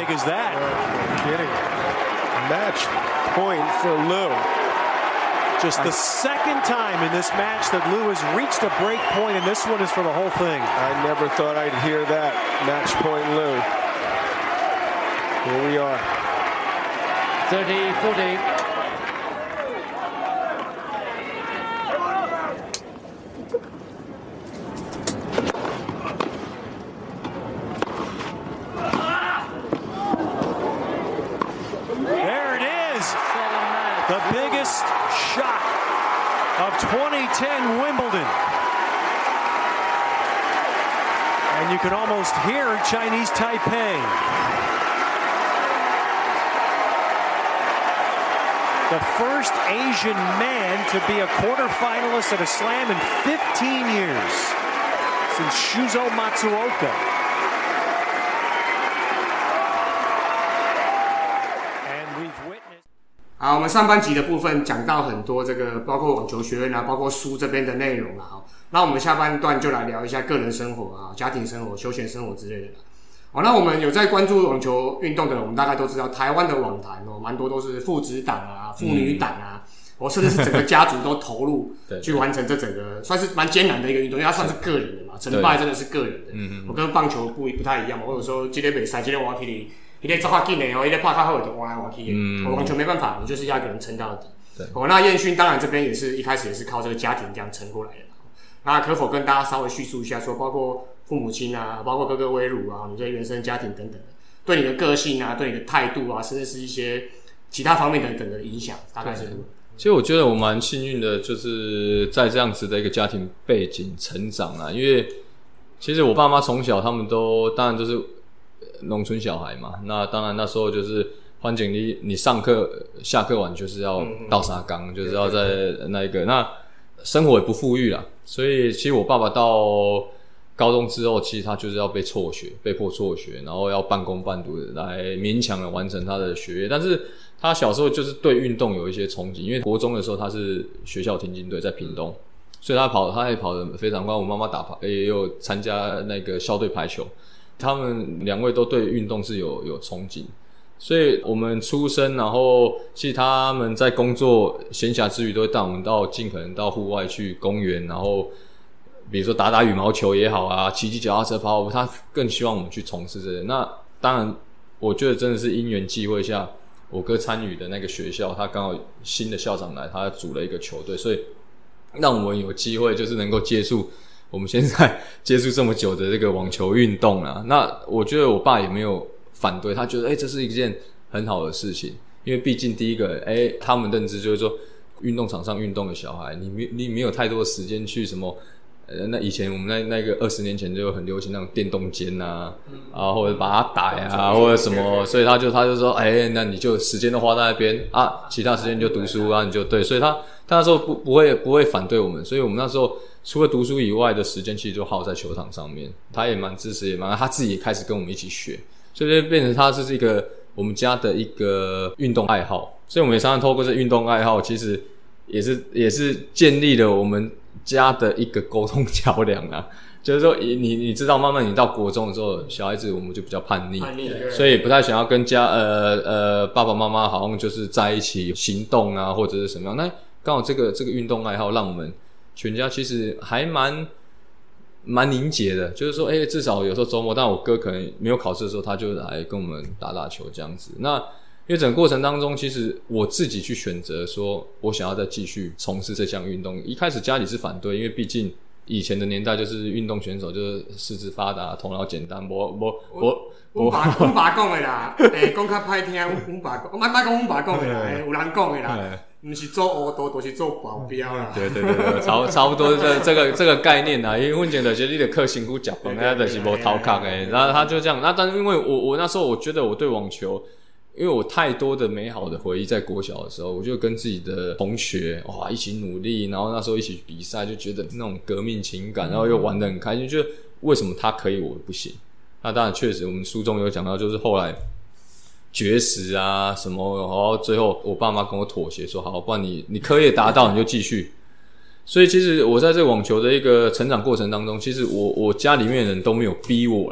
big as that? No kidding. Match point for Lou. Just the second time in this match that Lou has reached a break point, and this one is for the whole thing. I never thought I'd hear that. Match point Lou. Here we are. 30-40. The biggest shock of 2010 Wimbledon. And you can almost hear Chinese Taipei. The first Asian man to be a quarterfinalist at a slam in 15 years since Shuzo Matsuoka. 好，我们上半集的部分讲到很多这个，包括网球学院啊，包括书这边的内容啊。那我们下半段就来聊一下个人生活啊、家庭生活、休闲生活之类的。好，那我们有在关注网球运动的人，我们大概都知道，台湾的网坛哦，蛮多都是父子档啊、父女档啊，甚至是整个家族都投入去完成这整个算是蛮艰难的一个运动，因为它算是个人的嘛，成败真的是个人的。我跟棒球不太一样嘛，我有时候今天比赛，今天我要去你。一个做较紧的哦，一个拍较好就换来换去的，完全没办法，你就是要一个人撑到底。那彦勋当然这边也是一开始也是靠这个家庭这样撑过来的。那可否跟大家稍微叙述一下说，包括父母亲啊，包括哥哥威鲁啊，你这原生家庭等等的，对你的个性啊，对你的态度啊，甚至是一些其他方面等等的影响，大概是如何？ 其实我觉得我蛮幸运的，就是在这样子的一个家庭背景成长啊，因为其实我爸妈从小他们都当然都是农村小孩嘛，那当然那时候就是环境你上课下课晚就是要倒沙缸，就是要在那个那生活也不富裕啦，所以其实我爸爸到高中之后，其实他就是要被迫辍学，然后要半工半读的来勉强的完成他的学业。但是他小时候就是对运动有一些憧憬，因为国中的时候他是学校田径队在屏东，所以他也跑得非常快。我妈妈也有参加那个校队排球。他们两位都对运动是有憧憬，所以我们出生，然后其实他们在工作闲暇之余都会带我们尽可能到户外去公园，然后比如说打羽毛球也好啊，骑脚踏车跑步，他更希望我们去从事这些。那当然我觉得真的是因缘际会下，我哥参与的那个学校他刚好新的校长来，他组了一个球队，所以让我们有机会就是能够接触我们现在接触这么久的这个网球运动啦。那我觉得我爸也没有反对，他觉得这是一件很好的事情，因为毕竟第一个他们认知就是说运动场上运动的小孩，你没有太多的时间去什么那以前我们那个20年前就很流行那种电动间啊，或者把它打呀或者什么，所以他就说那你就时间都花在那边啊，其他时间就读书啊，你就对，所以他那时候不会反对我们，所以我们那时候除了读书以外的时间其实就耗在球场上面，他也蛮支持，他自己也开始跟我们一起学，所以就变成他是一个我们家的一个运动爱好，所以我们也常常透过这运动爱好，其实也是建立了我们家的一个沟通桥梁啊，就是说你知道慢慢你到国中的时候，小孩子我们就比较叛逆，所以不太想要跟爸爸妈妈好像就是在一起行动啊或者是什么样，那刚好这个运动爱好让我们全家其实还蛮凝结的，就是说至少有时候周末，但我哥可能没有考试的时候，他就来跟我们打球这样子。那因为整个过程当中，其实我自己去选择说我想要再继续从事这项运动，一开始家里是反对，因为毕竟以前的年代就是运动选手就是四肢发达头脑简单， 阮爸讲的啦，讲较歹听，阮爸讲，我莫讲阮爸讲的啦，有人讲的啦，不是做乌道，就是做保镖啦。 对，差不多这个概念啦，因为阮前就是你得靠辛苦吃饭，那就是无头壳的，然后他就这样。那但是因为我那时候我觉得我对网球，因为我太多的美好的回忆，在国小的时候，我就跟自己的同学一起努力，然后那时候一起比赛，就觉得那种革命情感，然后又玩得很开心，就为什么他可以我不行？那当然确实我们书中有讲到，就是后来绝食啊什么，然后最后我爸妈跟我妥协说，好，不然你课业达到你就继续。所以其实我在这个网球的一个成长过程当中，其实我家里面的人都没有逼我啦，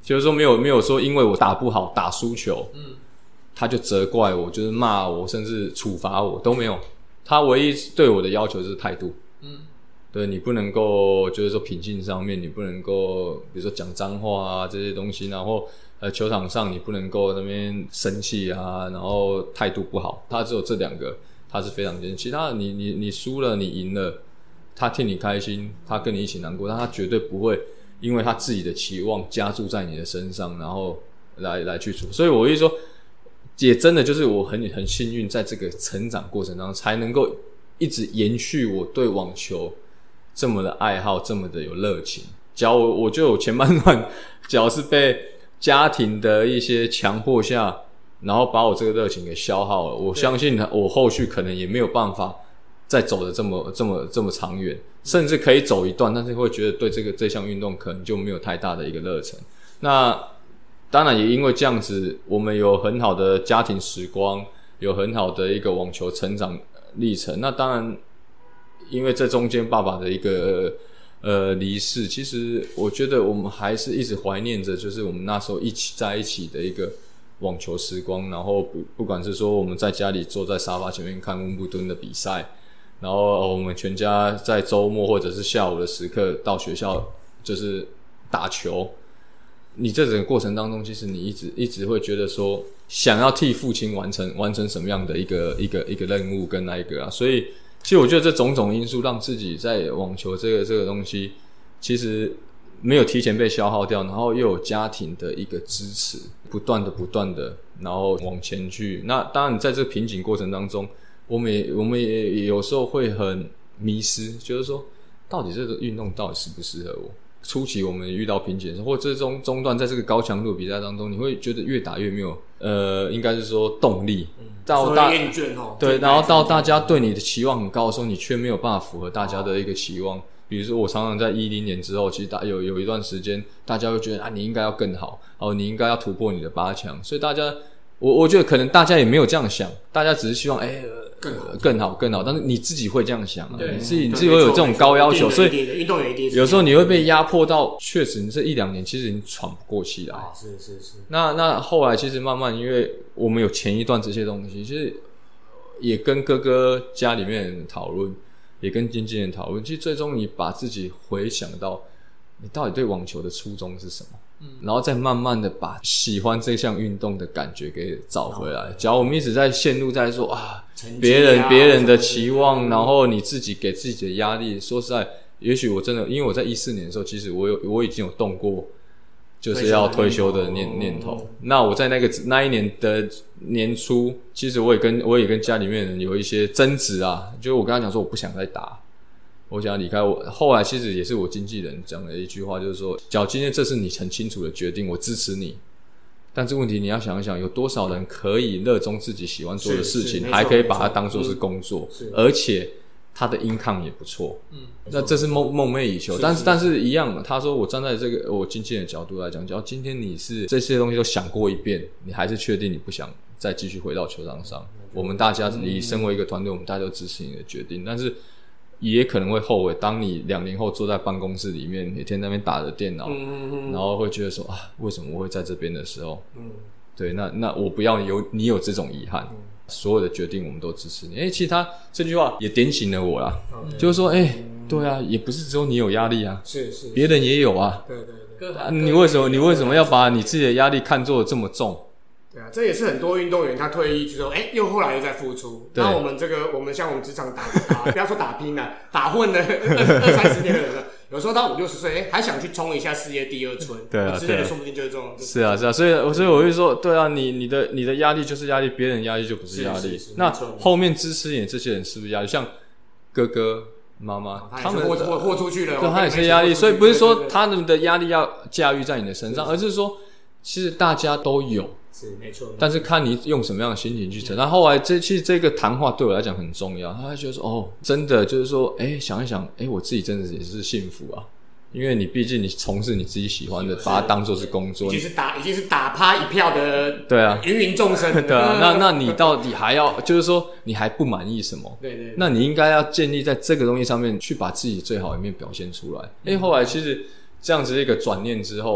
就是说没有说因为我打不好打输球，他就责怪我，就是骂我，甚至处罚我都没有。他唯一对我的要求就是态度，对，你不能够就是说品性上面，你不能够比如说讲脏话啊这些东西，然后球场上你不能够那边生气啊，然后态度不好，他只有这2个他是非常坚持，其他的你输了你赢了，他替你开心，他跟你一起难过，但他绝对不会因为他自己的期望加注在你的身上，然后来去处。所以我就说，也真的就是我很幸运，在这个成长过程当中，才能够一直延续我对网球这么的爱好，这么的有热情。假如我就有前半段，假如是被家庭的一些强迫下，然后把我这个热情给消耗了，我相信我后续可能也没有办法再走的这么长远，甚至可以走一段，但是会觉得对这项运动可能就没有太大的一个热忱。那当然也因为这样子，我们有很好的家庭时光，有很好的一个网球成长历程。那当然因为这中间爸爸的一个离世，其实我觉得我们还是一直怀念着，就是我们那时候一起在一起的一个网球时光。然后不管是说我们在家里坐在沙发前面看温布顿的比赛，然后我们全家在周末或者是下午的时刻到学校就是打球。你这整个过程当中，其实你一直会觉得说，想要替父亲完成什么样的一个任务跟那一个啊，所以其实我觉得这种种因素让自己在网球这个东西，其实没有提前被消耗掉，然后又有家庭的一个支持，不断的，然后往前去。那当然，在这个瓶颈过程当中，我们也有时候会很迷失，就是说，到底这个运动到底适不适合我？初期我们遇到瓶颈的时候，或者中段在这个高强度的比赛当中，你会觉得越打越没有应该是说动力，到厌倦哦。 对，然后到大家对你的期望很高的时候，你却没有办法符合大家的一个期望。比如说我常常在10年之后，其实有一段时间，大家会觉得你应该要更好，你应该要突破你的8强，所以大家我觉得可能大家也没有这样想，大家只是希望更好，但是你自己会这样想你自己会有这种高要求，所以运动员一定有时候你会被压迫到，确实你这1-2年其实你喘不过气来。 是。 那后来其实慢慢，因为我们有前一段这些东西，其实也跟哥哥家里面的人讨论，也跟经纪人讨论，其实最终你把自己回想到你到底对网球的初衷是什么，然后再慢慢的把喜欢这项运动的感觉给找回来。假如我们一直在陷入在说别人的期望，然后你自己给自己的压力，说实在，也许我真的，因为我在14年的时候，其实我已经有动过就是要退休的念头。那我在那一年的年初，其实我也跟家里面人有一些争执啊，就是我跟他讲说我不想再打，我想要离开。我后来其实也是我经纪人讲的一句话，就是说，假如今天这是你很清楚的决定，我支持你。但这个问题你要想一想，有多少人可以热衷自己喜欢做的事情，还可以把它当作是工作，而且他的 income 也不错。那这是梦寐以求。但是一样，他说我站在这个我经纪人的角度来讲，只要今天你是这些东西都想过一遍，你还是确定你不想再继续回到球场上，我们大家以身为一个团队，我们大家都支持你的决定。但是也可能会后悔，当你2年后坐在办公室里面，每天在那边打着电脑，然后会觉得说为什么我会在这边的时候，对，那我不要你有这种遗憾。所有的决定我们都支持你。其实他这句话也点醒了我啦，就是说对啊，也不是只有你有压力啊， 是别人也有啊。 对， 你为什么要把你自己的压力看作这么重？ 对啊，这也是很多运动员他退役之后，后来又在复出。那我们像我们职场打不要说打拼了，打混了20-30年的人了，有时候到50-60岁，还想去冲一下事业第二春，对啊，之类的，说不定就是这种。是啊， 所以我就说，对啊，你的压力就是压力，别人压力就不是压力。那后面支持你这些人是不是压力？像哥哥妈妈，他们豁出去了， 对，他也是压力。所以不是说他们的压力要驾驭在你的身上，而是说，其实大家都有。 是没错， 但是看你用什么样的心情去承担。后来其实这个谈话对我来讲很重要，他觉得说真的就是说想一想我自己真的也是幸福啊，因为你毕竟你从事你自己喜欢的，把它当作是工作， 已经是打趴一票的， 对啊， 芸芸众生， 对啊，那你到底还要就是说你还不满意什么？ 对， 那你应该要建立在这个东西上面去把自己最好一面表现出来。后来其实这样子一个转念之后，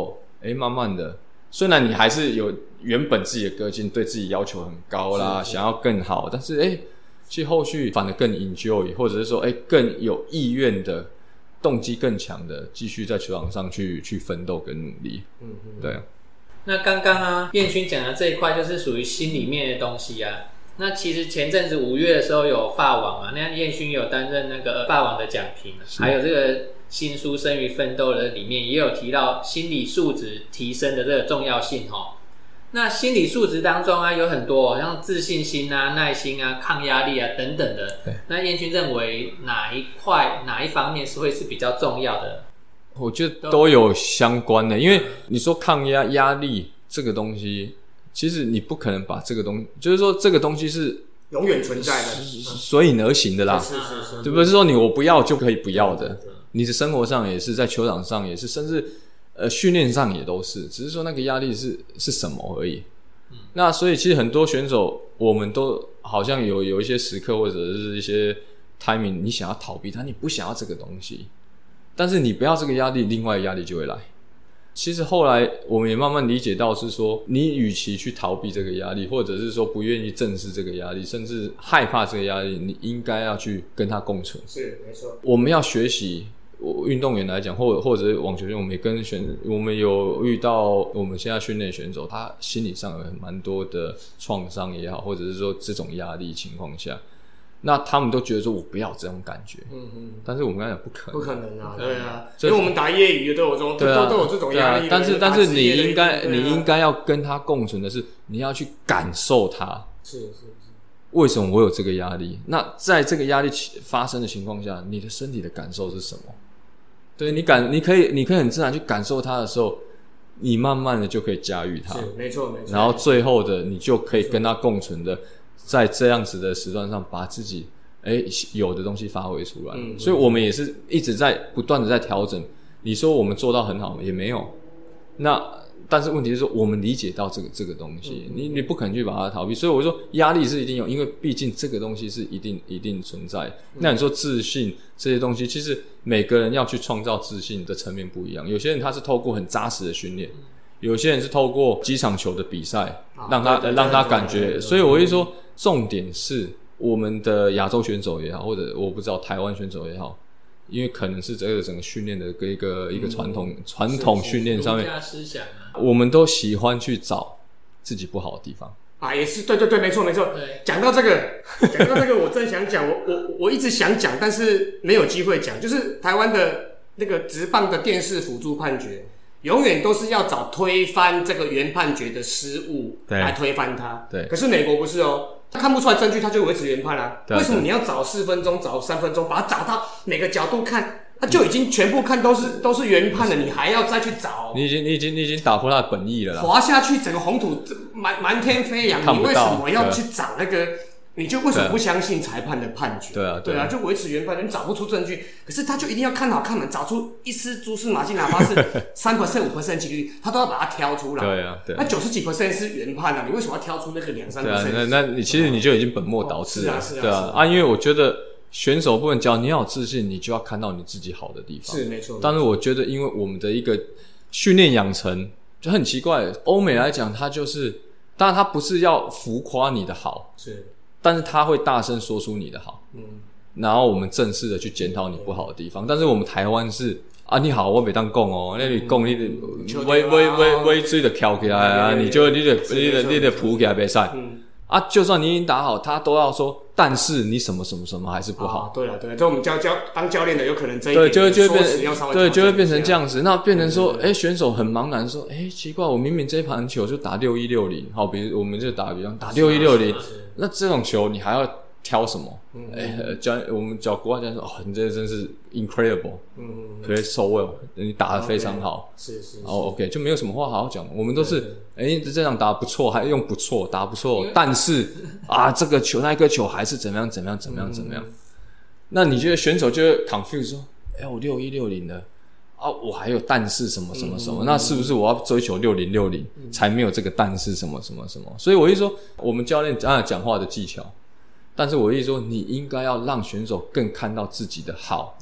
慢慢的，虽然你还是有原本自己的个性，对自己要求很高啦，想要更好，但是其实后续反而更 enjoy， 或者是说更有意愿的，动机更强的，继续在球场上去奋斗跟努力。对啊。 那刚刚彦勋讲的这一块就是属于心里面的东西啊。那其实前阵子5月的时候有法网嘛，那彦勋有担任那个法网的讲评，还有这个新书《生于奋斗》的里面也有提到心理素质提升的这个重要性那心理素质当中有很多像自信心啊、耐心啊、抗压力啊等等的。那彦勋认为哪一方面是会是比较重要的？ 我觉得都有相关的，因为你说抗压力这个东西，其实你不可能把这个东西，就是说这个东西是永远存在的， 随影而行的啦。 是， 对不是说我不要就可以不要的。你的生活上也是，在球场上也是，甚至训练上也都是，只是说那个压力是什么而已。那所以其实很多选手，我们都好像有一些时刻或者是一些 timing， 你想要逃避它，你不想要这个东西，但是你不要这个压力，另外的压力就会来。其实后来我们也慢慢理解到是说，你与其去逃避这个压力，或者是说不愿意正视这个压力，甚至害怕这个压力，你应该要去跟它共存。 是没错。我们要学习，运动员来讲，或者是网球员，我们有遇到我们现在训练选手，他心理上有蛮多的创伤也好，或者是说这种压力情况下，那他们都觉得说我不要这种感觉，但是我们刚才讲不可能啊，对啊，因为我们打业余的都有这种压力， 但是你应该要跟他共存的是，你要去感受它， 是为什么我有这个压力？那在这个压力发生的情况下，你的身体的感受是什么？对，你可以很自然去感受它的时候，你慢慢的就可以驾驭它， 是没错， 然后最后的你就可以跟它共存的。在这样子的时段上，把自己有的东西发挥出来。所以我们也是一直在不断的在调整。你说我们做到很好也没有，但是问题是说我们理解到这个东西，你不可能去把它逃避。所以我说压力是一定有，因为毕竟这个东西是一定存在。那你说自信这些东西，其实每个人要去创造自信的层面不一样。有些人他是透过很扎实的训练，有些人是透过几场球的比赛，让他感觉。所以我会说，重点是我们的亚洲选手也好，或者我不知道台湾选手也好，因为可能是这个整个训练的一个传统训练上面，我们都喜欢去找自己不好的地方也是对，没错。讲到这个，我正想讲，我一直想讲，但是没有机会讲，就是台湾的那个职棒的电视辅助判决。永远都是要找推翻这个原判决的失误来推翻它。对，可是美国不是他看不出来证据，他就维持原判啊。为什么你要找4分钟、找3分钟，把它找到每个角度看，他就已经全部看都是原判了，你还要再去找？你已经打破他的本意了啦。滑下去，整个红土满天飞扬，你为什么要去找那个？你就为什么不相信裁判的判决？对啊，就维持原判，你找不出证据，可是他就一定要看好看满，找出一丝蛛丝马迹，哪怕是3% 5% 几率，他都要把它挑出来。对啊，那90几%是原判啊，你为什么要挑出那个2-3%？对啊， 那你其实你就已经本末倒置了。是啊，因为我觉得选手部分，只要你要有自信，你就要看到你自己好的地方。 是没错。 但是我觉得，因为我们的一个训练养成就很奇怪，欧美来讲，他就是，当然他不是要浮夸你的好，是。但是他会大声说出你的好，然后我们正式的去检讨你不好的地方。但是我们台湾是你好，我没当讲那你讲你的尾水的翘起来啊，你的扑起来别赛就算你已经打好，他都要说，但是你什么还是不好。 对了，这我们当教练的有可能这一点说辞要稍微对，就会变成这样子。那变成说，选手很茫然说，奇怪，我明明这一盘球就打6160，好，比如我们就打6160。那这种球你还要挑什么？我们教国外教练说，你这真是 incredible，play so well， 你打得非常好， 是 OK， 就没有什么话好好讲。我们都是这场打得不错，还用不错打不错，但是这个球那一个球还是怎么样。那你觉得选手就会 confuse 说，我6160的我还有但是什么，那是不是我要追求6060才没有这个但是什么？所以我一说，我们教练讲话的技巧，但是我一说，你应该要让选手更看到自己的好，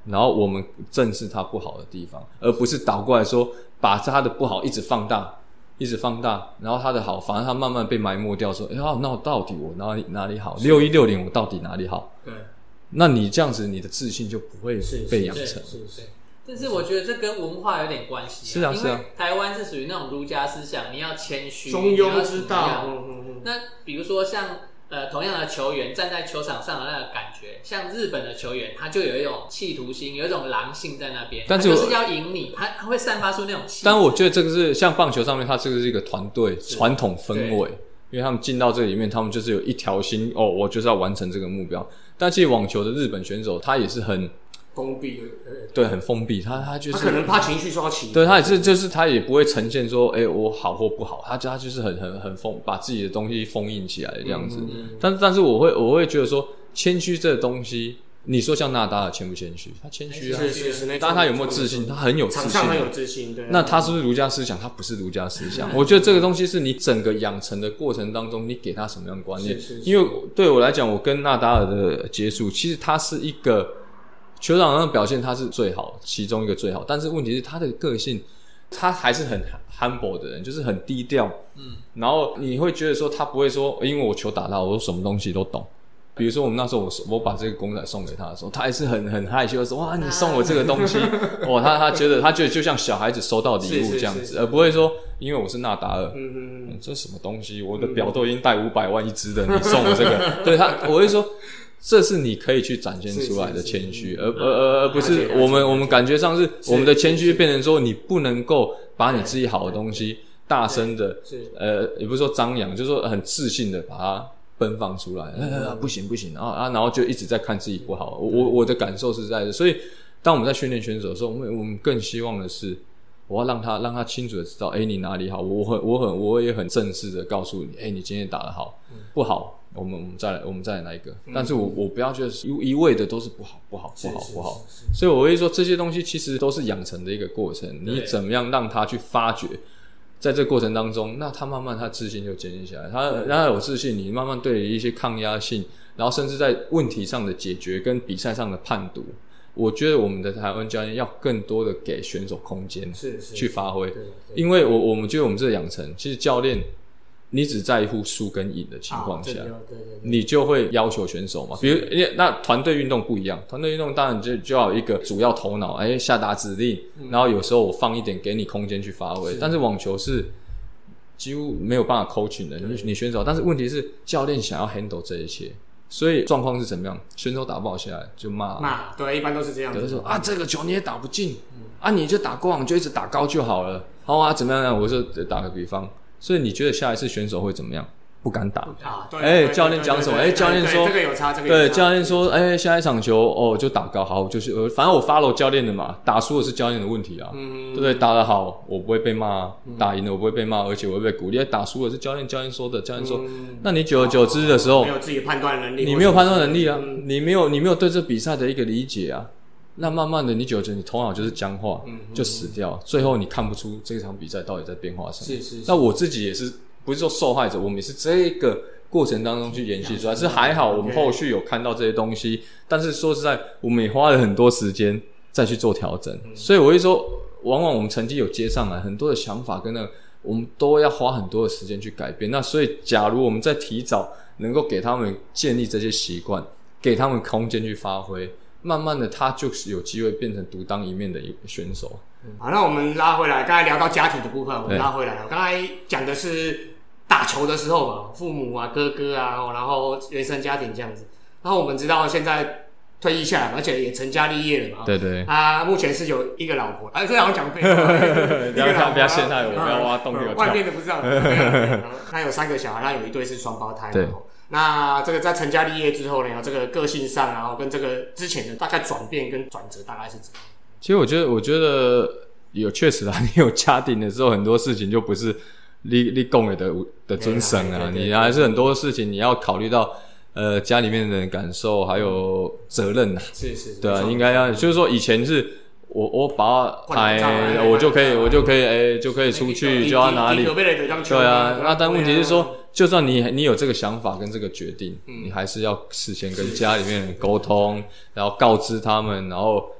然后我们正视他不好的地方，而不是倒过来说把他的不好一直放大，然后他的好反而他慢慢被埋没掉，说那我到底我哪里好，6160我到底哪里好？ 对， 那你这样子你的自信就不会被养成。 是。 但是我觉得这跟文化有点关系。 是啊， 因为台湾是属于那种儒家思想，你要谦虚， 中庸之道。 那比如说像同样的球员站在球场上的那个感觉，像日本的球员，他就有一种企图心，有一种狼性在那边， 但是他就是要赢你，他会散发出那种气。 但我觉得这个是像棒球上面，它这个是一个团队传统氛围，因为他们进到这里面，他们就是有一条心，我就是要完成这个目标。但其实网球的日本选手，他也是很封闭， 对，很封闭。他就是他可能怕情绪受到起伏， 对，他也是，就是他也不会呈现说，我好或不好，他就是很封，把自己的东西封印起来这样子。但是我会觉得说，谦虚这个东西，你说像纳达尔谦不谦虚？他谦虚啊， 是。 但他有没有自信？他很有自信， 场上很有自信。对。 那他是不是儒家思想？他不是儒家思想。我觉得这个东西是你整个养成的过程当中，你给他什么样的观念？因为对我来讲，我跟纳达尔的接触，其实他是一个。球场上的表现他是最好，其中一个最好，但是问题是他的个性，他还是很 humble 的人，就是很低调。然后你会觉得说他不会说，因为我球打到我什么东西都懂。比如说我们那时候我把这个公仔送给他的时候，他还是很害羞的说，哇，你送我这个东西，他觉得就像小孩子收到礼物这样子，而不会说因为我是纳达尔，这什么东西，我的表都已经带500万一只的，你送我这个，对我会说。这是你可以去展现出来的谦虚，而不是我们感觉上是我们的谦虚变成说你不能够把你自己好的东西大声的，也不是说张扬，就是说很自信的把它奔放出来，不行，然后就一直在看自己不好。我的感受是在的，所以当我们在训练选手的时候，我们更希望的是。我要让他清楚的知道，你哪里好，我也很正式的告诉你，你今天打得好，不好，我们再来哪一个？但是我不要觉得一味的都是不好，所以我会说这些东西其实都是养成的一个过程，你怎么样让他去发掘，在这个过程当中，那他慢慢他自信就建立起来，他有自信，你慢慢对一些抗压性，然后甚至在问题上的解决跟比赛上的判读。我觉得我们的台湾教练要更多的给选手空间去发挥，因为我们觉得我们这个养成，其实教练你只在乎输跟赢的情况下，你就会要求选手嘛。比如那团队运动不一样，团队运动当然就要有一个主要头脑，下达指令，然后有时候我放一点给你空间去发挥。但是网球是几乎没有办法 coaching 的，你选手，但是问题是教练想要 handle 这一切。所以状况是怎么样？选手打不好下来就骂， 对，一般都是这样子。 就说这个球你也打不进，你就打过网就一直打高就好了。好啊，怎么样？我说打个比方，所以你觉得下一次选手会怎么样？不敢打对， 教练讲什么？教练说这个有差， 对，教练说，下一场球就打高，好，就是反正我 follow 教练的嘛，打输的是教练的问题啊，对不对？打得好，我不会被骂，打赢了我不会被骂，而且我会被鼓励。打输的是教练说的，教练说，那你久而久之的时候， 没有自己判断能力， 你没有判断能力啊，你没有对这比赛的一个理解啊，那慢慢的你久而久之你头脑就是僵化，就死掉，最后你看不出这场比赛到底在变化什么。是。那我自己也是。不是说受害者，我们也是这个过程当中去演习出来，是还好我们后续有看到这些东西，但是说实在，我们也花了很多时间再去做调整，所以我会说，往往我们成绩有接上来，很多的想法跟我们都要花很多的时间去改变。那所以，假如我们在提早能够给他们建立这些习惯，给他们空间去发挥，慢慢的他就是有机会变成独当一面的一个选手。 好，那我们拉回来，刚才聊到家庭的部分，我们拉回来了。刚才讲的是打球的时候嘛，父母啊、哥哥啊，然后原生家庭这样子。然后我们知道现在退役下来，而且也成家立业了嘛。 对。 目前是有一个老婆，这好像讲废话。 不要陷害我，不要挖洞给我跳。 外面的不知道。他有3个小孩，他有一对是双胞胎。 对。 那这个在成家立业之后呢，这个个性上，然后跟这个之前的大概转变跟转折大概是怎样？ 其实我觉得有确实啦，你有家庭的时候，很多事情就不是你讲的尊神啊，你还是很多事情你要考虑到家里面的人感受还有责任啊。 是， 对啊，应该要就是说以前是我把它我就可以就可以出去就要哪里，对啊。那但问题是说，就算你有这个想法跟这个决定，你还是要事先跟家里面人沟通，然后告知他们，然后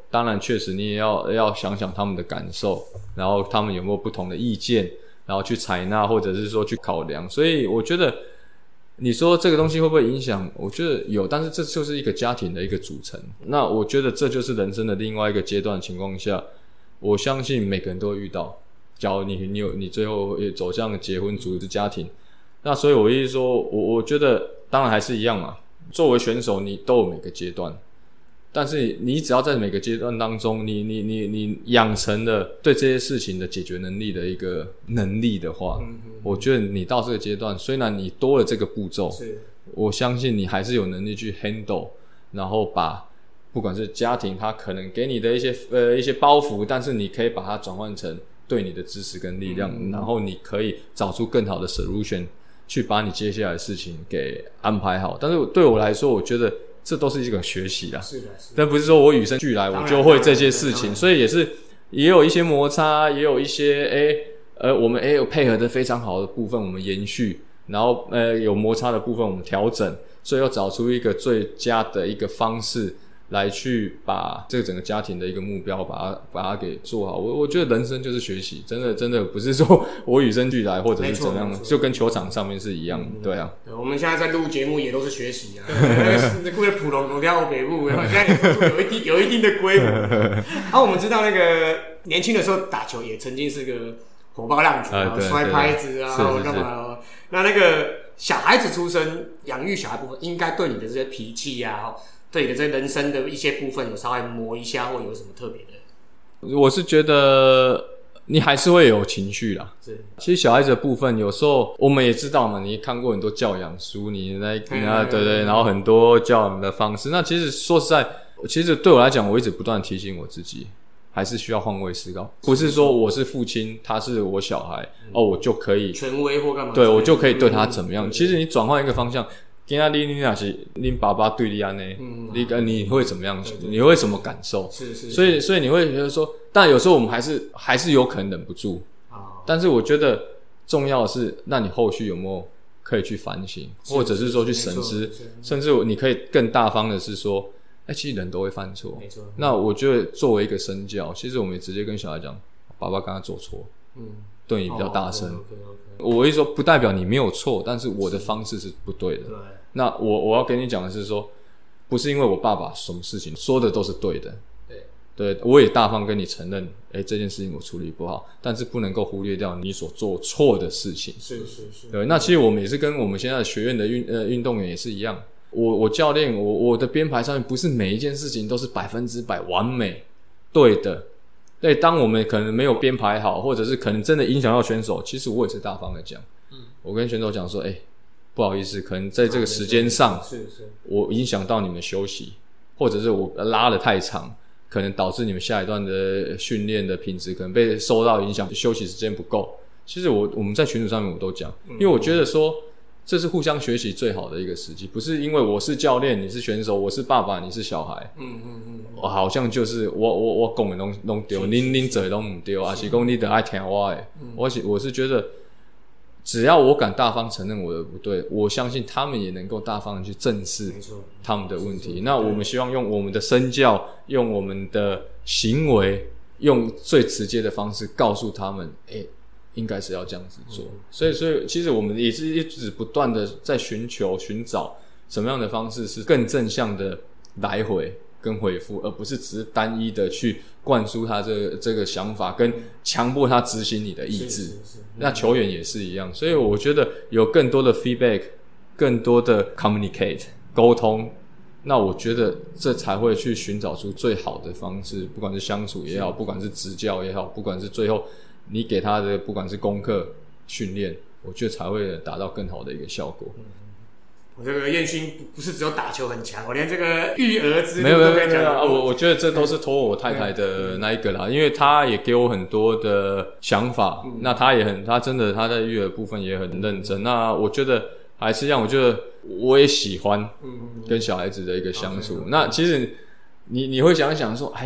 当然确实你也要想想他们的感受，然后他们有没有不同的意见，然后去采纳或者是说去考量。所以我觉得你说这个东西会不会影响，我觉得有，但是这就是一个家庭的一个组成。那我觉得这就是人生的另外一个阶段的情况下，我相信每个人都会遇到。假如你最后也走向结婚组织家庭，那所以我意思说我觉得当然还是一样嘛，作为选手你都有每个阶段，但是你只要在每个阶段当中你养成了对这些事情的解决能力的一个能力的话，我觉得你到这个阶段虽然你多了这个步骤，我相信你还是有能力去 handle， 然后把不管是家庭他可能给你的一些包袱，但是你可以把它转换成对你的支持跟力量，然后你可以找出更好的 solution 去把你接下来的事情给安排好。但是对我来说，我觉得这都是一个学习啦， 是的， 但不是说我与生俱来我就会这些事情，所以也有一些摩擦，也有一些我们有配合的非常好的部分我们延续，然后有摩擦的部分我们调整，最后找出一个最佳的一个方式来去把这个整个家庭的一个目标把它给做好。我觉得人生就是学习，真的不是说我与生俱来或者是怎样，就跟球场上面是一样的，对啊。 我们现在在录节目也都是学习啊，为了普龙龙跳北部，现在有一定的规模。我们知道那个年轻的时候打球也曾经是个火爆浪子摔拍子啊，然后干嘛？那个小孩子出生养育小孩部分，应该对你的这些脾气啊，对你的这人生的一些部分有稍微磨一下，或有什么特别的？ 我是觉得你还是会有情绪啦。 是， 其实小孩子的部分，有时候我们也知道嘛，你看过很多教养书，你在对，然后很多教养的方式。那其实说实在，其实对我来讲，我一直不断提醒我自己，还是需要换位思考。不是说我是父亲，他是我小孩，我就可以权威或干嘛？ 对，我就可以对他怎么样？其实你转换一个方向。今天你若是你爸爸对你这样，你会怎么样？你会什么感受？ 是， 所以你会觉得说，但有时候我们还是有可能忍不住。但是我觉得重要的是，那你后续有没有可以去反省，或者是说去审视，甚至你可以更大方的是说，其实人都会犯错。 没错。 那我觉得作为一个身教，其实我们也直接跟小孩讲，爸爸刚刚做错，对你比较大声。我会说不代表你没有错，但是我的方式是不对的。 对。 那我要跟你讲的是说，不是因为我爸爸什么事情说的都是对的，对，我也大方跟你承认，这件事情我处理不好，但是不能够忽略掉你所做错的事情。 是。 对，那其实我们也是跟我们现在的学院的运动员也是一样，我教练我的编排上面不是每一件事情都是100%完美对的。对，当我们可能没有编排好，或者是可能真的影响到选手，其实我也是大方的讲，我跟选手讲说，不好意思，可能在这个时间上，我影响到你们休息，或者是我拉得太长，可能导致你们下一段的训练的品质可能被受到影响，休息时间不够。其实我们在群组上面我都讲，因为我觉得说这是互相学习最好的一个时机，不是因为我是教练，你是选手，我是爸爸，你是小孩，好像就是我讲的弄对，您做的弄不对，还是讲你得爱听我的。我是觉得，只要我敢大方承认我的不对，我相信他们也能够大方的去正视他们的问题。那我们希望用我们的身教，用我们的行为，用最直接的方式告诉他们，应该是要这样子做。所以其实我们也是一直不断的在寻找什么样的方式是更正向的来回跟回复，而不是只是单一的去灌输他这个想法，跟强迫他执行你的意志。那球员也是一样，所以我觉得有更多的 feedback， 更多的 communicate 沟通，那我觉得这才会去寻找出最好的方式，不管是相处也好，不管是执教也好，不管是最后你给他的不管是功课训练，我觉得才会达到更好的一个效果。 我这个彦勋不是只有打球很强，我连这个育儿之路都可以讲。 我觉得这都是托我太太的那一个啦，因为她也给我很多的想法，那她真的她在育儿部分也很认真。那我觉得还是让我觉得我也喜欢跟小孩子的一个相处。那其实你会想一想说，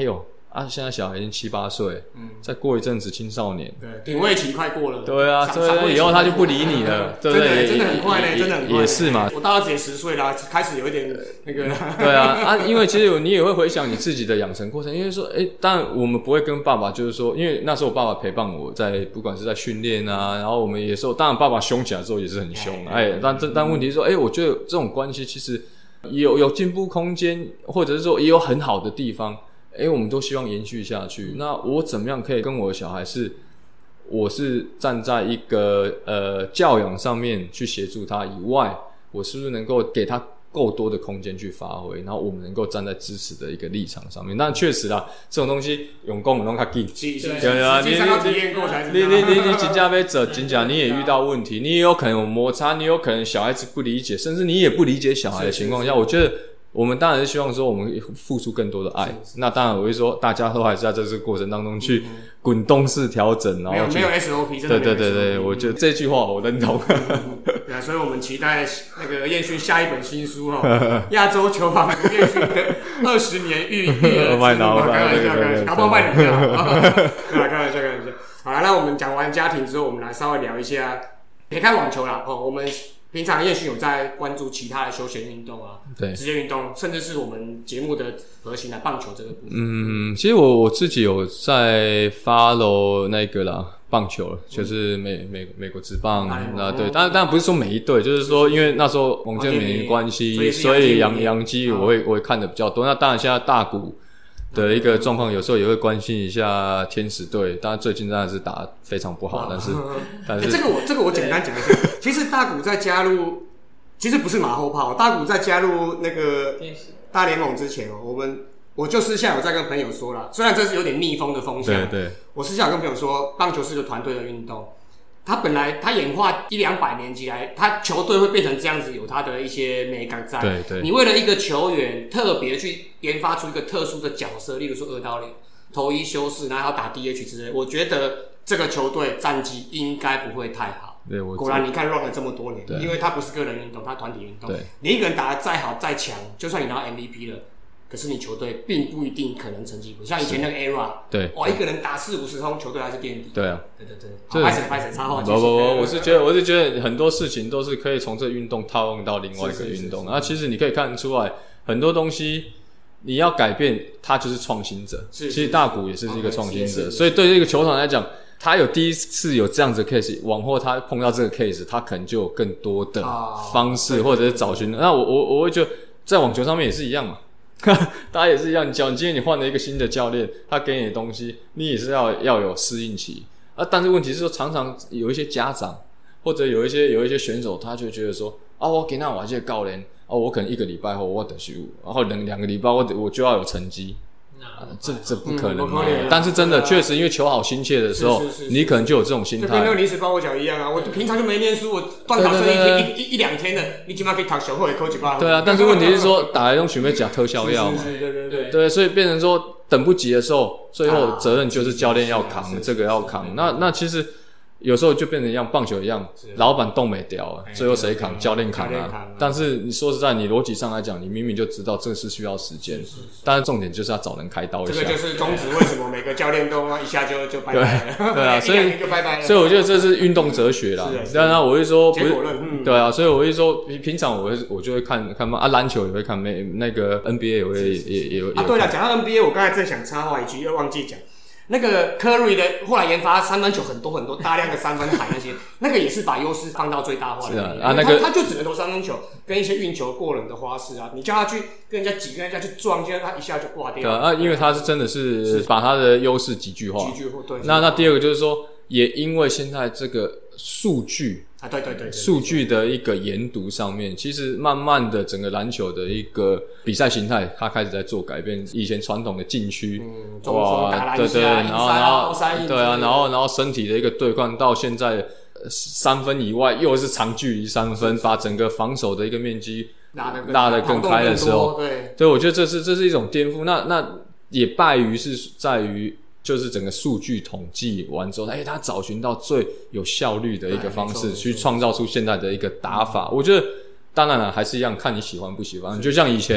啊，现在小孩已经7、8岁，再过一阵子青少年， 对，品味期快过了， 对啊，所以以后他就不理你了，对不对？ 真的很快嘞，真的很快， 也是嘛。 我大儿子也10岁了，开始有一点那个， 对啊，因为其实你也会回想你自己的养成过程，因为说，当然我们不会跟爸爸就是说，因为那时候我爸爸陪伴我在不管是在训练啊，然后我们也是，当然爸爸凶起来之后也是很凶，但问题是说，我觉得这种关系其实有进步空间，或者是说也有很好的地方。我们都希望延续下去。那我怎么样可以跟我的小孩我是站在一个教养上面去协助他以外，我是不是能够给他够多的空间去发挥，然后我们能够站在支持的一个立场上面。但确实啦，这种东西用功用较紧，对啊，你真正要做，真正你也遇到问题，你也有可能有摩擦，你有可能小孩子不理解，甚至你也不理解小孩的情况下，我觉得。我们当然是希望说我们付出更多的爱，那当然我会说大家都还是在这个过程当中去滚动式调整，然后没有 SOP， 真的没有 SOP。对， 我觉得这句话我认同。 对啊，所以我们期待那个彦勋下一本新书亚洲球王彦勋的20年育儿之路。开玩笑，搞不好卖你票。开玩笑。好了，那我们讲完家庭之后，我们来稍微聊一下，别看网球啦我们。平常彦勋有在关注其他的休闲运动啊，对，职业运动，甚至是我们节目的核心棒球这个部分。 其实我自己有在 follow 那个啦，棒球就是美国职棒对，当然不是说每一队，就是说因为那时候王建民关系，所以洋基我会看的比较多。那当然现在大谷的一个状况，有时候也会关心一下天使队，当然最近当然是打得非常不好，但是这个我简单讲一下。其实大谷在加入，其实不是马后炮。大谷在加入那个大联盟之前我就私下有在跟朋友说了，虽然这是有点逆风的风向，对，我私下有跟朋友说，棒球是个团队的运动。他本来他演化100-200年起来，他球队会变成这样子，有他的一些美感在。对，你为了一个球员特别去研发出一个特殊的角色，例如说2到0投一休4，然后要打 DH 之类，我觉得这个球队战绩应该不会太好。对，果然你看 run 了这么多年，因为他不是个人运动，他团体运动。你一个人打得再好再强，就算你拿到 MVP 了。可是你球队并不一定可能成绩不像以前那个 ERA， 对，一个人打40-50轰，球队还是垫底。对啊，对，拍谁插话。不， 我是觉得很多事情都是可以从这个运动套用到另外一个运动。其实你可以看出来，很多东西你要改变，他就是创新者。其实大谷也是一个创新者，所以对这个球场来讲，他有第一次有这样子的 case， 往后他碰到这个 case， 他可能就有更多的方式或者是找寻。那我会觉得在网球上面也是一样嘛。大家也是一样，你今天你换了一个新的教练，他给你的东西，你也是要有适应期但是问题是说，常常有一些家长或者有一些选手，他就觉得说我给那我这个教练我可能1个礼拜后我就是然后2个礼拜我就要有成绩。这不可能嘛？但是真的确实，因为求好心切的时候，你可能就有这种心态。就跟那个临时抱佛脚一样啊！我平常就没念书，我段考剩1-2天的，你起码可以读小后也考100。 对啊，但是问题是说，打来用准备讲特效药嘛？对，所以变成说等不及的时候，最后责任就是教练要扛，这个要扛。那其实。有时候就变成像棒球一样，老板动没掉最后谁扛？教练扛啊！但是你说实在，你逻辑上来讲，你明明就知道这是需要时间，但是重点就是要找人开刀一下。 这个就是宗旨，为什么每个教练都一下就拜拜了？ 对啊， 所以就拜拜了。 所以我觉得这是运动哲学啦。当然我会说， 结果论， 对啊，所以我会说，平常我就会看篮球也会看，那个 NBA 也会也对了，讲到 NBA， 我刚才正想插话一句，又忘记讲。那个 Curry 的后来研发三分球很多大量的三分海那些，那个也是把优势放到最大化的。他就只能投三分球，跟一些运球过人的花式你叫他去跟人家挤，跟人家去撞，结果他一下就挂掉了。 因为他是真的是把他的优势极具化。 对。 那第二个就是说，也因为现在这个数据。 对， 数据的一个研读上面，其实慢慢的整个篮球的一个比赛形态，它开始在做改变。以前传统的禁区，对，然后身体的一个对抗，到现在3分以外又是长距离3分，把整个防守的一个面积拉得更开的时候，对，我觉得这是一种颠覆。那也败于是在于。就是整个数据统计完之后，他找寻到最有效率的一个方式，去创造出现在的一个打法。我觉得当然了，还是一样看你喜欢不喜欢。就像以前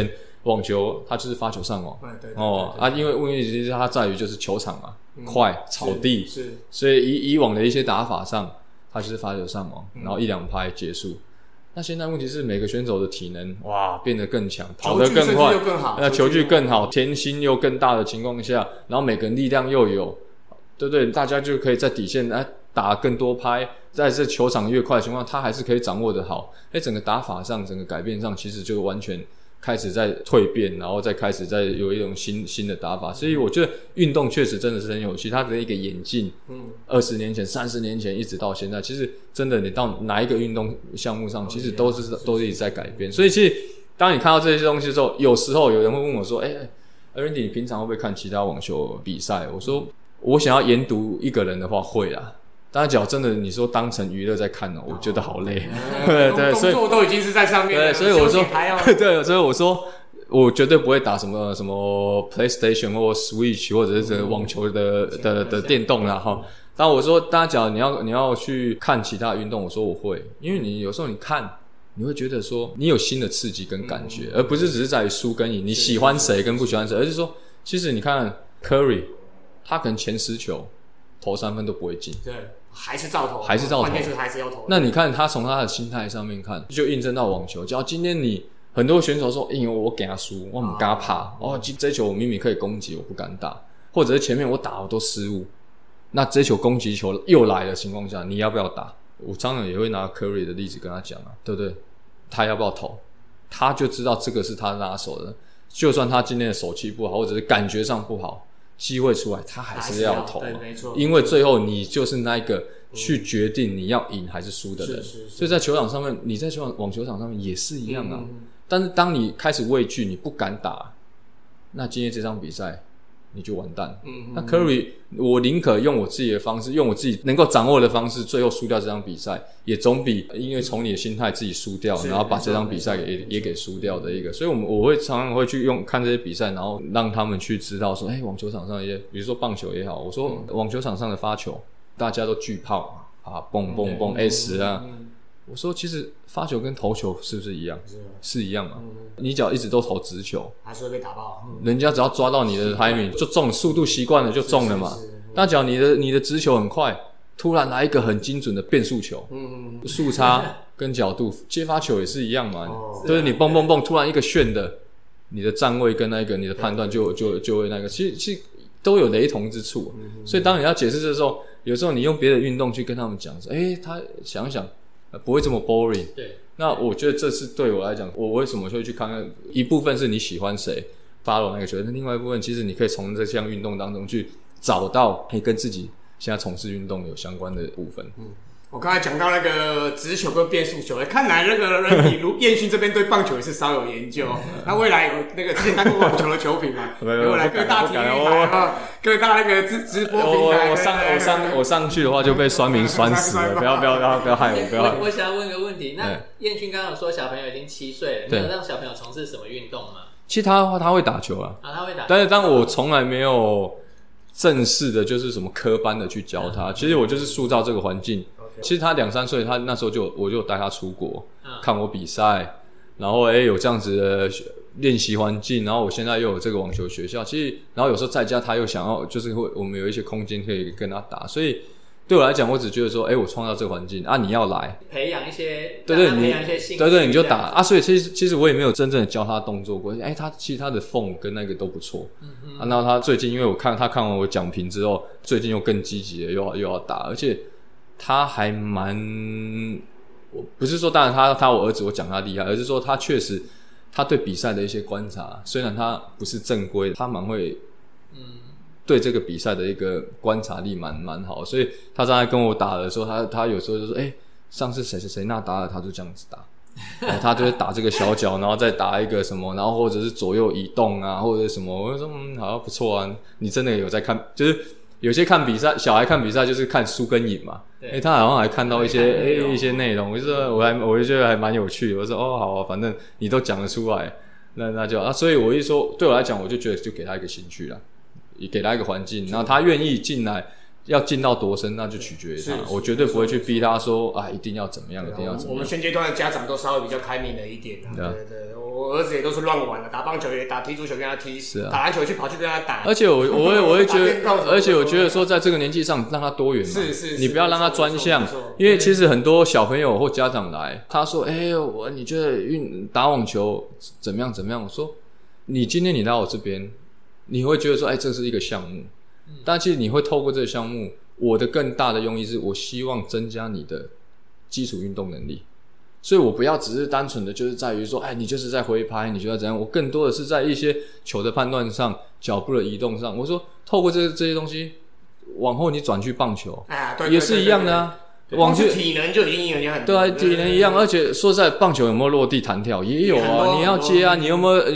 网球它就是发球上网， 对， 因为问题其实它在于就是球场嘛，快草地， 是， 所以以往的一些打法上，它就是发球上网，然后1-2拍结束。那现在问题是每个选手的体能变得更强，跑得更快，球具更好，甜心又更大的情况下，然后每个人力量又有，对不对？大家就可以在底线打更多拍，在这球场越快的情况，他还是可以掌握得好。整个打法上，整个改变上，其实就完全开始在蜕变，然后再开始在有一种新的打法。所以我觉得运动确实真的是很有趣，它的一个演进，20年前、30年前一直到现在，其实真的你到哪一个运动项目上，其实都一直在改变。所以其实当你看到这些东西之后，有时候有人会问我说：“Randy， 你平常会不会看其他网球比赛？”我说：“我想要研读一个人的话，会啦。”当然，假真的你说当成娱乐在看我觉得好累。 对，所以动作都已经是在上面了。 对，所以我说，对，所以我说，我绝对不会打什么 PlayStation 或 Switch 或者是这个网球的电动啦哈。当然我说，大家假如你要去看其他运动，我说我会，因为你有时候你看，你会觉得说你有新的刺激跟感觉，而不是只是在于输跟赢，你喜欢谁跟不喜欢谁，而是说，其实你看 Curry， 他可能前10球投3分都不会进， 对。还是照投， 关键是还是要投。 那你看他从他的心态上面看，就印证到网球。只要今天你很多选手说，因为我给他输，我不给他怕，这球我明明可以攻击，我不敢打，或者是前面我打我都失误，那这球攻击球又来的情况下，你要不要打？我常常也会拿 Curry 的例子跟他讲对不对？他要不要投？他就知道这个是他拿手的，就算他今天的手气不好，或者是感觉上不好。机会出来，他还是要投， 对，没错。 因为最后你就是那一个去决定你要赢还是输的人。所以在球场上面，你在网球场上面也是一样啊。但是当你开始畏惧，你不敢打，那今天这场比赛你就完蛋。那 Curry， 我宁可用我自己的方式，用我自己能够掌握的方式，最后输掉这场比赛，也总比因为从你的心态自己输掉，然后把这场比赛也给输掉的一个。所以我会常常会去看这些比赛，然后让他们去知道说，网球场上一些，比如说棒球也好，我说网球场上的发球，大家都巨炮蹦蹦蹦 S 啊。我说其实发球跟投球是不是一样？是一样嘛。你只要一直都投直球， 还是会被打爆。 人家只要抓到你的 timing 就中，速度习惯了就中了嘛。那只要你的直球很快，突然来一个很精准的变速球，速差跟角度，接发球也是一样嘛。就是你蹦蹦蹦，突然一个旋的，你的站位跟那个你的判断就会那个，其实都有雷同之处。所以当你要解释的时候，有时候你用别的运动去跟他们讲说，他想想。不会这么 boring。 对， 那我觉得这是对我来讲，我为什么会去看看？一部分是你喜欢谁 ，follow 那个球队；另外一部分，其实你可以从这项运动当中去找到可以跟自己现在从事运动有相关的部分。 我刚才讲到那个直球跟变速球，看来那个人比如彦勋这边对棒球也是稍有研究。那未来有那个之前看过网球的球评嘛？未来各大体育台、各大那个直播平台， 我上去的话就被酸民酸死了！不要害我！不要。 我想要问个问题，那彦勋刚刚有说小朋友已经7岁了，你有让小朋友从事什么运动吗？ 其实他会打球啊， 他会打， 但是我从来没有正式的，就是什么科班的去教他。其实我就是塑造这个环境。其实他2-3岁，他那时候我就带他出国看我比赛，然后有这样子的练习环境，然后我现在又有这个网球学校，其实然后有时候在家他又想要，就是我们有一些空间可以跟他打，所以对我来讲，我只觉得说，我创造这个环境啊，你要来培养一些， 对， 培养一些兴趣， 对，你就打啊。所以其实我也没有真正的教他动作过，其实他的缝跟那个都不错，然后他最近因为他看完我讲评之后，最近又更积极的又要打，而且他还我不是说当然他我儿子我讲他厉害，而是说他确实他对比赛的一些观察，虽然他不是正规，他蛮会对这个比赛的一个观察力蛮好，所以他刚才跟我打的时候，他有时候就说上次谁那打了，他就这样子打，然后他就会打这个小脚，然后再打一个什么，然后或者是左右移动啊，或者什么，我就说好像不错啊，你真的有在看，就是有些看比赛，小孩看比赛就是看输跟赢嘛。他好像还看到一些内容，我就说我就觉得还蛮有趣的。我说好啊，反正你都讲得出来，那就所以我一说对我来讲，我就觉得就给他一个兴趣啦，也给他一个环境，然后他愿意进来， 要进到多深，那就取决于他。我绝对不会去逼他说啊，一定要怎么样，一定要怎么样。 我们现阶段的家长都稍微比较开明了一点对对，我儿子也都是乱玩的，打棒球也打，踢足球跟他踢，打篮球跑去跟他打。 而且我会觉得，而且我觉得说，在这个年纪上让他多元嘛， 是， 你不要让他专项，因为其实很多小朋友或家长来，他说，你觉得打网球怎么样怎么样？我说，你今天你来我这边，你会觉得说，这是一个项目。但其实你会透过这个项目，我的更大的用意是我希望增加你的基础运动能力，所以我不要只是单纯的就是在于说，你就是在挥拍，你觉得怎样？我更多的是在一些球的判断上、脚步的移动上。我说透过这些东西，往后你转去棒球， 对也是一样的啊。 光是体能就已经赢人家很多。 对啊，体能一样，而且说实在，棒球有没有落地弹跳也有啊。你要接啊，你有没有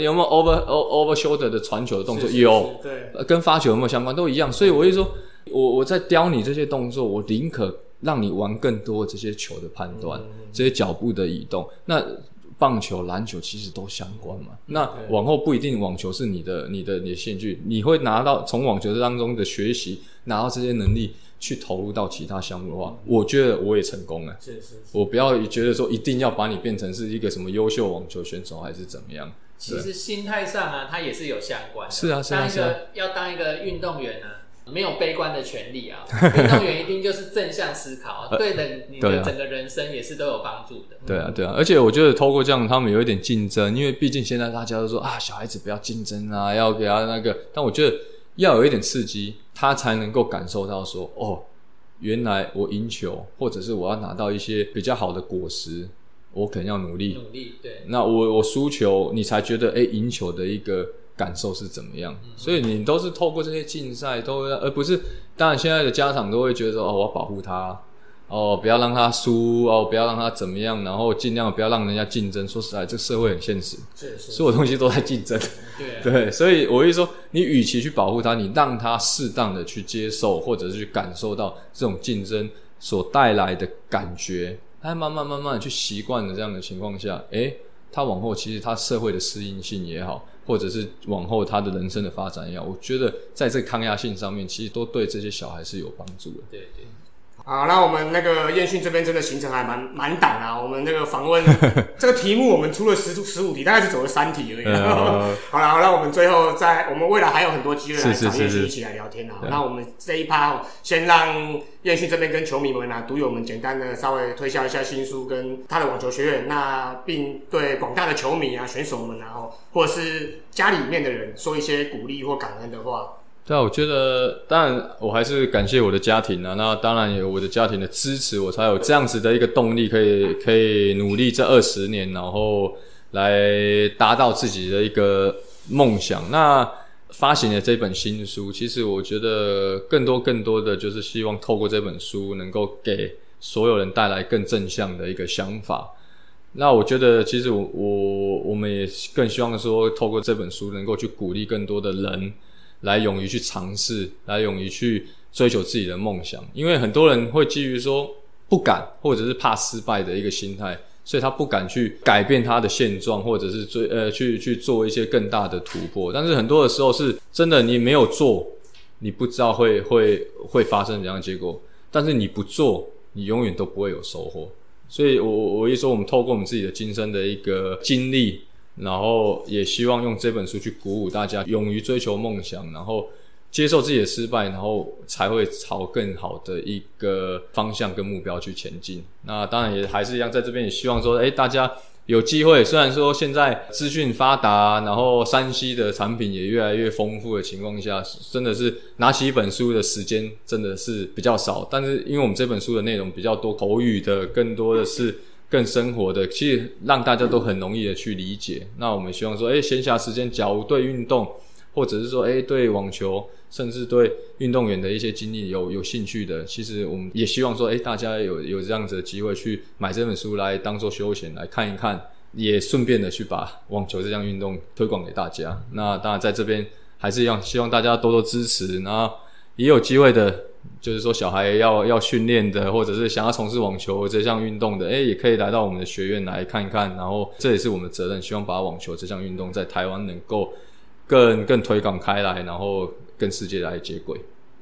over shoulder 的传球的动作？有，对，跟发球有没有相关都一样。所以我就说，我在雕你这些动作，我宁可让你玩更多这些球的判断，这些脚步的移动。那棒球、篮球其实都相关嘛。那往后不一定网球是你的兴趣，你会拿到从网球当中的学习，拿到这些能力。去投入到其他项目的话，我觉得我也成功了。是，我不要觉得说一定要把你变成是一个什么优秀网球选手还是怎么样。 其实心态上啊，它也是有相关的。 是啊。 要当一个运动员啊，没有悲观的权利啊。运动员一定就是正向思考，对你的整个人生也是都有帮助的。 对啊，而且我觉得透过这样，他们有一点竞争，因为毕竟现在大家都说小孩子不要竞争啊，要给他那个，但我觉得要有一点刺激。他才能够感受到说，原来我赢球，或者是我要拿到一些比较好的果实，我可能要努力，对。那我输球，你才觉得赢球的一个感受是怎么样？所以你都是透过这些竞赛，而不是，当然现在的家长都会觉得说，我要保护他。不要让他输不要让他怎么样，然后尽量不要让人家竞争。说实在，这个社会很现实，所有东西都在竞争。对，所以我会说，你与其去保护他，你让他适当的去接受，或者是去感受到这种竞争所带来的感觉，他慢慢的去习惯了这样的情况下，他往后其实他社会的适应性也好，或者是往后他的人生的发展也好，我觉得在这个抗压性上面，其实都对这些小孩是有帮助的。对。 好，那我们那个彦训这边真的行程还蛮档啊。我们那个访问这个题目，我们出了15题，大概是走了3题而已。好了，那我们最后我们未来还有很多机会来找彦训一起来聊天啊。那我们这一趴先让彦训这边跟球迷们读友们简单的稍微推销一下新书跟他的网球学院，那并对广大的球迷选手们或者是家里面的人说一些鼓励或感恩的话。 对啊，我觉得当然我还是感谢我的家庭啊，那当然有我的家庭的支持，我才有这样子的一个动力，可以努力这20年，然后来达到自己的一个梦想。那发行的这本新书，其实我觉得更多的就是希望透过这本书能够给所有人带来更正向的一个想法。那我觉得其实我们也更希望说透过这本书能够去鼓励更多的人来勇于去尝试，来勇于去追求自己的梦想。因为很多人会基于说不敢或者是怕失败的一个心态，所以他不敢去改变他的现状，或者是去做一些更大的突破。但是很多的时候是真的你没有做，你不知道会发生怎样的结果，但是你不做，你永远都不会有收获。所以我一说，我们透过我们自己的今生的一个经历，然后也希望用这本书去鼓舞大家勇于追求梦想，然后接受自己的失败，然后才会朝更好的一个方向跟目标去前进。那当然也还是一样，在这边也希望说大家有机会，虽然说现在资讯发达，然后 3C 的产品也越来越丰富的情况下，真的是拿起一本书的时间真的是比较少，但是因为我们这本书的内容比较多口语的，更多的是更生活的，其实让大家都很容易的去理解。那我们希望说闲暇时间假如对运动，或者是说对网球，甚至对运动员的一些经历有兴趣的，其实我们也希望说大家有这样子的机会去买这本书来当做休闲来看一看，也顺便的去把网球这项运动推广给大家。那当然在这边还是一样，希望大家多多支持，然后也有机会的就是说小孩要训练的，或者是想要从事网球这项运动的，也可以来到我们的学院来看一看，然后这也是我们的责任，希望把网球这项运动在台湾能够更推广开来，然后跟世界来接轨。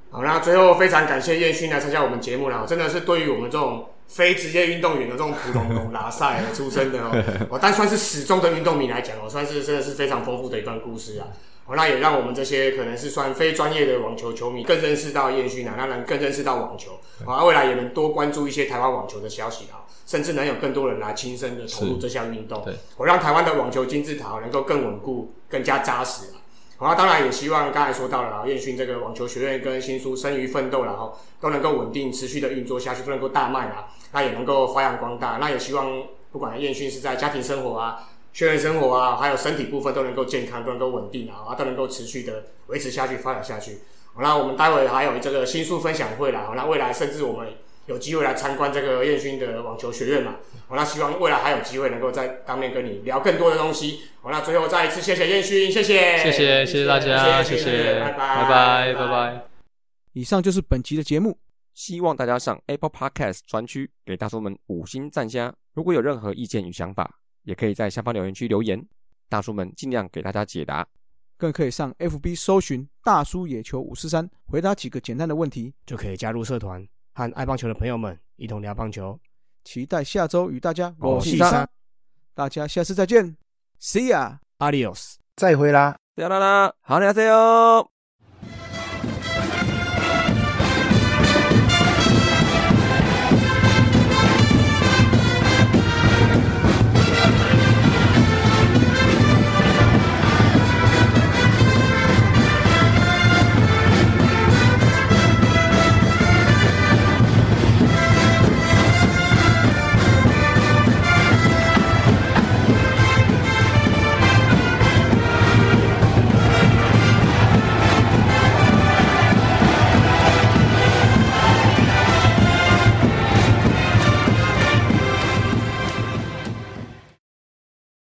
好，那最后非常感谢彦勋来参加我们节目啦，真的是对于我们这种非职业运动员的这种普通龙拉赛出身的但算是始终的运动迷来讲算是真的是非常丰富的一段故事啊。那也让我们这些可能是算非专业的网球球迷更认识到彦勋让人更认识到网球未来也能多关注一些台湾网球的消息甚至能有更多人来亲身的投入这项运动，让台湾的网球金字塔能够更稳固、更加扎实当然也希望刚才说到了彦勋这个网球学院跟新书生于奋斗都能够稳定持续的运作下去，都能够大卖那也能够发扬光大。那也希望不管彦勋是在家庭生活学员生活还有身体部分都能够健康，都能够稳定都能够持续的维持下去、发展下去。那我们待会还有这个新书分享会那未来甚至我们有机会来参观这个彦勋的网球学院那希望未来还有机会能够在当面跟你聊更多的东西那最后再一次谢谢彦勋，谢谢大家，谢谢，拜拜。 以上就是本集的节目， 希望大家上 Apple Podcast 专区给大叔们5星赞加。如果有任何意见与想法，也可以在下方留言区留言，大叔们尽量给大家解答。 更可以上 FB 搜寻大叔野球543，回答几个简单的问题， 就可以加入社团，和爱棒球的朋友们一同聊棒球。 期待下周与大家 543， 大家下次再见 ，See ya， Adios， 再会啦， 好，안녕하세요。